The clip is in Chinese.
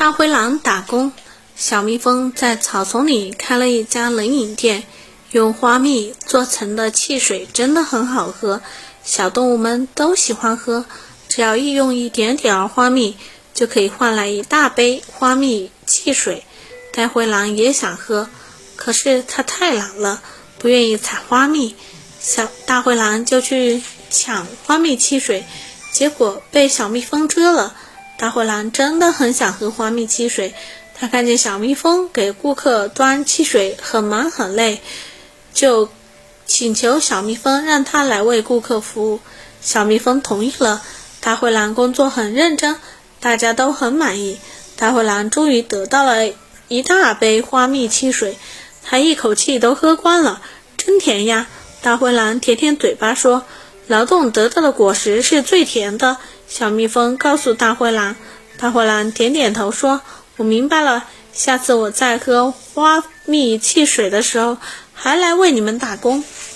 大灰狼打工。小蜜蜂在草丛里开了一家冷饮店，用花蜜做成的汽水真的很好喝，小动物们都喜欢喝。只要用一点点花蜜，就可以换来一大杯花蜜汽水。大灰狼也想喝，可是它太懒了，不愿意采花蜜。大灰狼就去抢花蜜汽水，结果被小蜜蜂追了。大灰狼真的很想喝花蜜汽水，他看见小蜜蜂给顾客端汽水很忙很累，就请求小蜜蜂让他来为顾客服务。小蜜蜂同意了，大灰狼工作很认真，大家都很满意。大灰狼终于得到了一大杯花蜜汽水，他一口气都喝光了，真甜呀！大灰狼舔舔嘴巴说，劳动得到的果实是最甜的。小蜜蜂告诉大灰狼，大灰狼点点头说，我明白了，下次我在喝花蜜汽水的时候还来为你们打工。